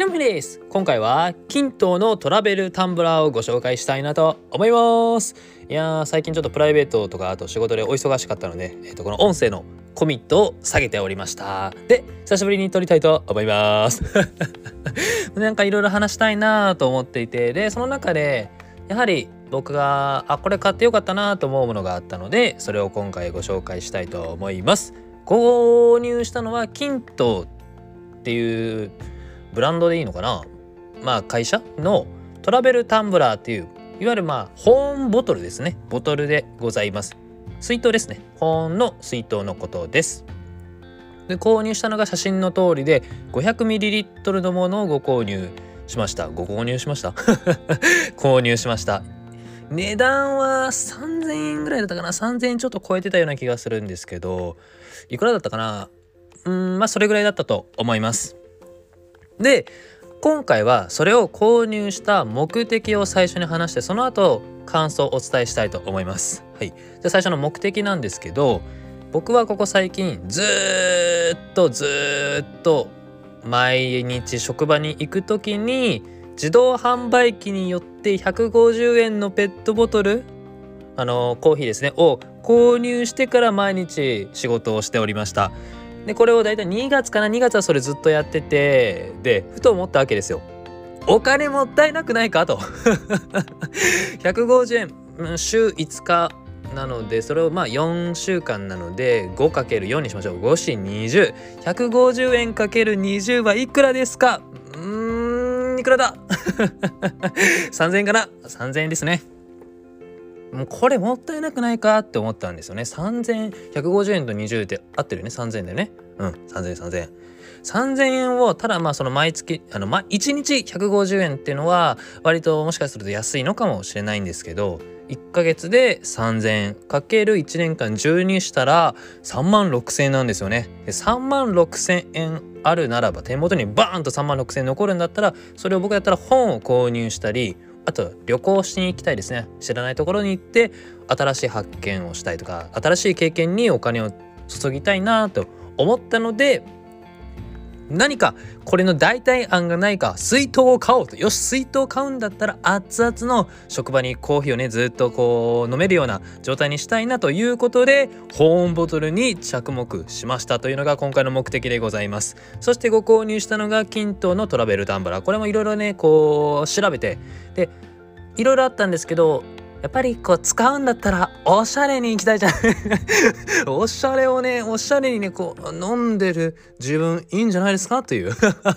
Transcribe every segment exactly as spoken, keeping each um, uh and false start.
ひろみです。今回はキントーのトラベルタンブラーをご紹介したいなと思います。いやー最近ちょっとプライベートとかあと仕事でお忙しかったので、えー、とこの音声のコミットを下げておりました。で久しぶりに撮りたいと思いますなんかいろいろ話したいなと思っていて、でその中でやはり僕があこれ買ってよかったなと思うものがあったので、それを今回ご紹介したいと思います。購入したのはキントーっていうブランドでいいのかな、まあ会社のトラベルタンブラーっていういわゆるまあ保温ボトルですね。ボトルでございます。水筒ですね。保温の水筒のことです。で購入したのが写真の通りで ごひゃくミリリットル のものをご購入しました。ご購入しました購入しました。値段はさんぜんえんぐらいだったかな。さんぜんえんちょっと超えてたような気がするんですけど、いくらだったかな。うーんまあそれぐらいだったと思います。で今回はそれを購入した目的を最初に話して、その後感想をお伝えしたいと思います。はい、じゃあ最初の目的なんですけど、僕はここ最近ずーっとずーっと毎日職場に行く時に自動販売機によってひゃくごじゅうえんのペットボトル、あのコーヒーですねを購入してから毎日仕事をしておりました。でこれをだいたいにがつかな、にがつはそれずっとやってて、でふと思ったわけですよ。お金もったいなくないかとひゃくごじゅうえん、週いつかなので、それをまあよんしゅうかんなので ごかけるよん にしましょう。ごしにじゅう、ひゃくごじゅうえんかけるにじゅうはいくらですか？うーんいくらださんぜんえんかな。さんぜんえんですね。もうこれもったいなくないかって思ったんですよね。さんぜんえん、ひゃくごじゅうえんとにじゅうで合ってるよね。さんぜんえんだよね。うん、さんぜんえん、さんぜんえん。さんぜんえんをただまあその毎月あの、ま、いちにちひゃくごじゅうえんっていうのは割ともしかすると安いのかもしれないんですけど、いっかげつでさんぜんえんかけるいちねんかんじゅうにしたらさんまんろくせんえんなんですよね。でさんまんろくせんえんあるならば、手元にバーンとさんまんろくせんえん残るんだったら、それを僕だったら本を購入したり、あと旅行しに行きたいですね。知らないところに行って新しい発見をしたいとか、新しい経験にお金を注ぎたいなと思ったので、何かこれの代替案がないか水筒を買おうと。よし水筒を買うんだったら熱々の職場にコーヒーをねずっとこう飲めるような状態にしたいなということで、保温ボトルに着目しましたというのが今回の目的でございます。そしてご購入したのがキントーのトラベルタンブラー。これもいろいろねこう調べて、でいろいろあったんですけど、やっぱりこう使うんだったらおしゃれに行きたいじゃんおしゃれをねおしゃれにねこう飲んでる自分いいんじゃないですかという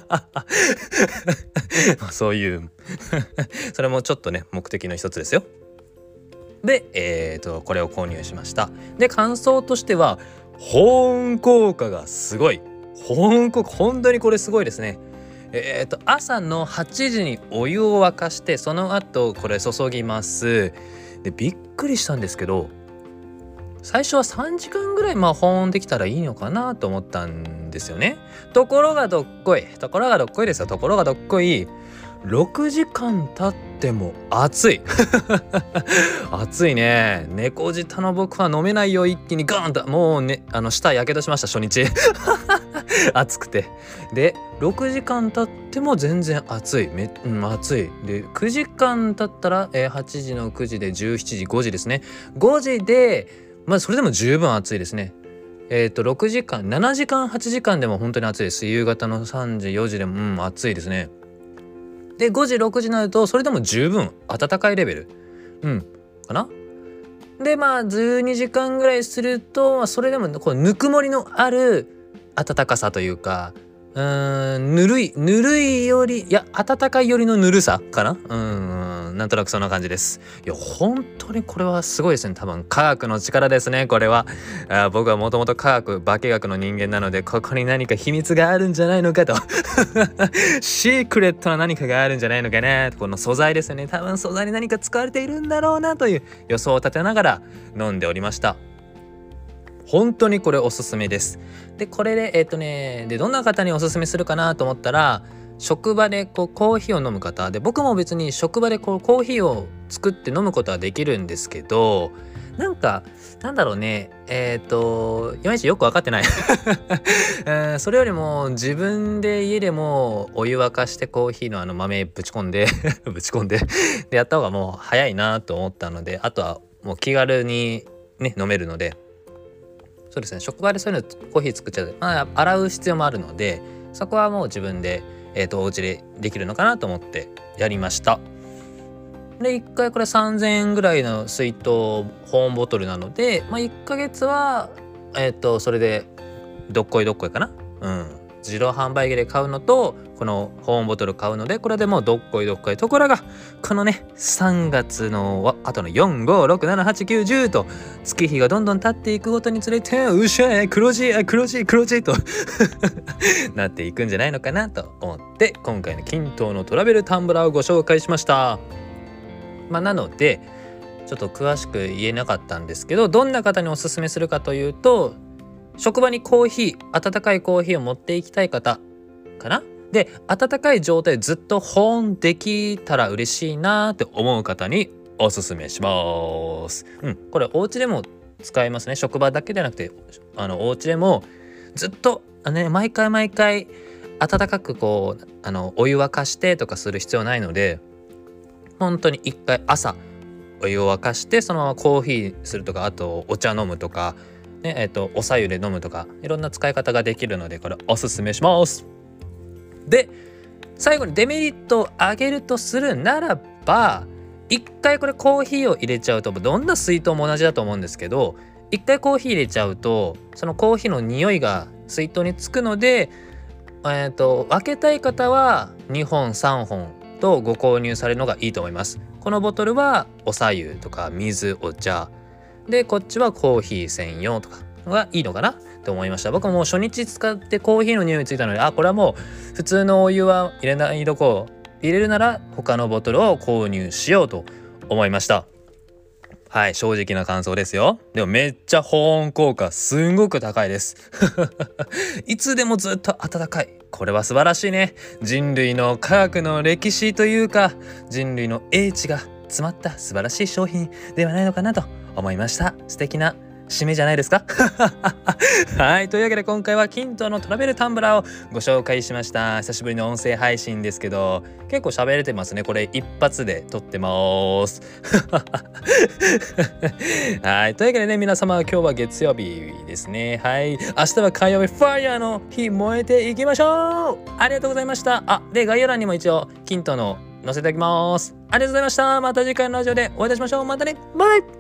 そういうそれもちょっとね目的の一つですよ。でえーとこれを購入しました。で感想としては保温効果がすごい。保温効果本当にこれすごいですね。えーと朝のはちじにお湯を沸かして、その後これ注ぎます。でびっくりしたんですけど、最初はさんじかんぐらいまあ保温できたらいいのかなと思ったんですよね。ところがどっこいところがどっこいですよ。ところがどっこいろくじかん経っても熱い熱いね。猫舌の僕は飲めないよ。一気にガーンともうねあの舌やけどしました初日暑くて。でろくじかん経っても全然暑い。め、うん、暑い。でくじかん経ったら、えー、はちじのくじでじゅうしちじ、ごじですね。ごじでまあそれでも十分暑いですね。えっとろくじかん、ななじかん、はちじかんでも本当に暑いです。夕方のさんじ、よじでもうん暑いですね。でごじ、ろくじになるとそれでも十分暖かいレベルうんかな。でまあじゅうにじかんぐらいするとそれでもこうぬくもりのある暖かさというか、うーんぬるいぬるいよりいや暖かいよりのぬるさかな。うんなんとなくそんな感じです。いや本当にこれはすごいですね。多分科学の力ですねこれは。あ僕はもともと科学化学の人間なので、ここに何か秘密があるんじゃないのかとシークレットな何かがあるんじゃないのかな。この素材ですよね。多分素材に何か使われているんだろうなという予想を立てながら飲んでおりました。本当にこれおすすめです。でこれでえっとねでどんな方におすすめするかなと思ったら、職場でこうコーヒーを飲む方で、僕も別に職場でこうコーヒーを作って飲むことはできるんですけど、 なんかなんだろうねえっ、ー、といまいちよく分かってない、えー、それよりも自分で家でもお湯沸かしてコーヒーのあの豆ぶち込んでぶち込んででやった方がもう早いなと思ったので、あとはもう気軽にね飲めるので、そうですね、職場でそういうのコーヒー作っちゃう、まあ、洗う必要もあるので、そこはもう自分で、えー、とお家でできるのかなと思ってやりました。でいっかいこれさんぜんえんぐらいの水筒保温ボトルなので、まあ、いっかげつはえっ、ー、とそれでどっこいどっこいかな、うん自動販売機で買うのとこの保温ボトル買うので、これでもうどっこいどっこい。ところがこのねさんがつのあとのよん、ご、ろく、なな、はち、きゅう、じゅうと月日がどんどん経っていくごとにつれて、うっしゃい黒字黒字黒字となっていくんじゃないのかなと思って、今回の均等のトラベルタンブラーをご紹介しました。まあ、なのでちょっと詳しく言えなかったんですけど、どんな方におすすめするかというと、職場にコーヒー温かいコーヒーを持っていきたい方かな。で温かい状態ずっと保温できたら嬉しいなって思う方におすすめします。うん、これお家でも使えますね。職場だけでなくてあのお家でもずっとあの、ね、毎回毎回温かくこうあのお湯沸かしてとかする必要ないので、本当に一回朝お湯を沸かしてそのままコーヒーするとか、あとお茶飲むとか、ねえー、とお白湯で飲むとか、いろんな使い方ができるのでこれおすすめします。で最後にデメリットを挙げるとするならば、一回これコーヒーを入れちゃうと、どんな水筒も同じだと思うんですけど、一回コーヒー入れちゃうとそのコーヒーの匂いが水筒につくので、えー、と分けたい方はにほんさんほんとご購入されるのがいいと思います。このボトルはお白湯とか水、お茶で、こっちはコーヒー専用とかがいいのかなと思いました。僕も初日使ってコーヒーの匂いついたので、あこれはもう普通のお湯は入れないどこ入れるなら他のボトルを購入しようと思いました。はい、正直な感想ですよ。でもめっちゃ保温効果すんごく高いですいつでもずっと温かい。これは素晴らしいね。人類の科学の歴史というか、人類の英知が詰まった素晴らしい商品ではないのかなと思いました。素敵な締めじゃないですかはい、というわけで今回は均等のトラベルタンブラーをご紹介しました。久しぶりの音声配信ですけど、結構喋れてますね。これ一発で撮ってますはい、というわけでね、皆様今日は月曜日ですね。はい、明日は火曜日ファイヤーの日、燃えていきましょう。ありがとうございました。あで概要欄にも一応均等の載せておきます。ありがとうございました。また次回のラジオでお会いいたしましょう。またね、バイバイ。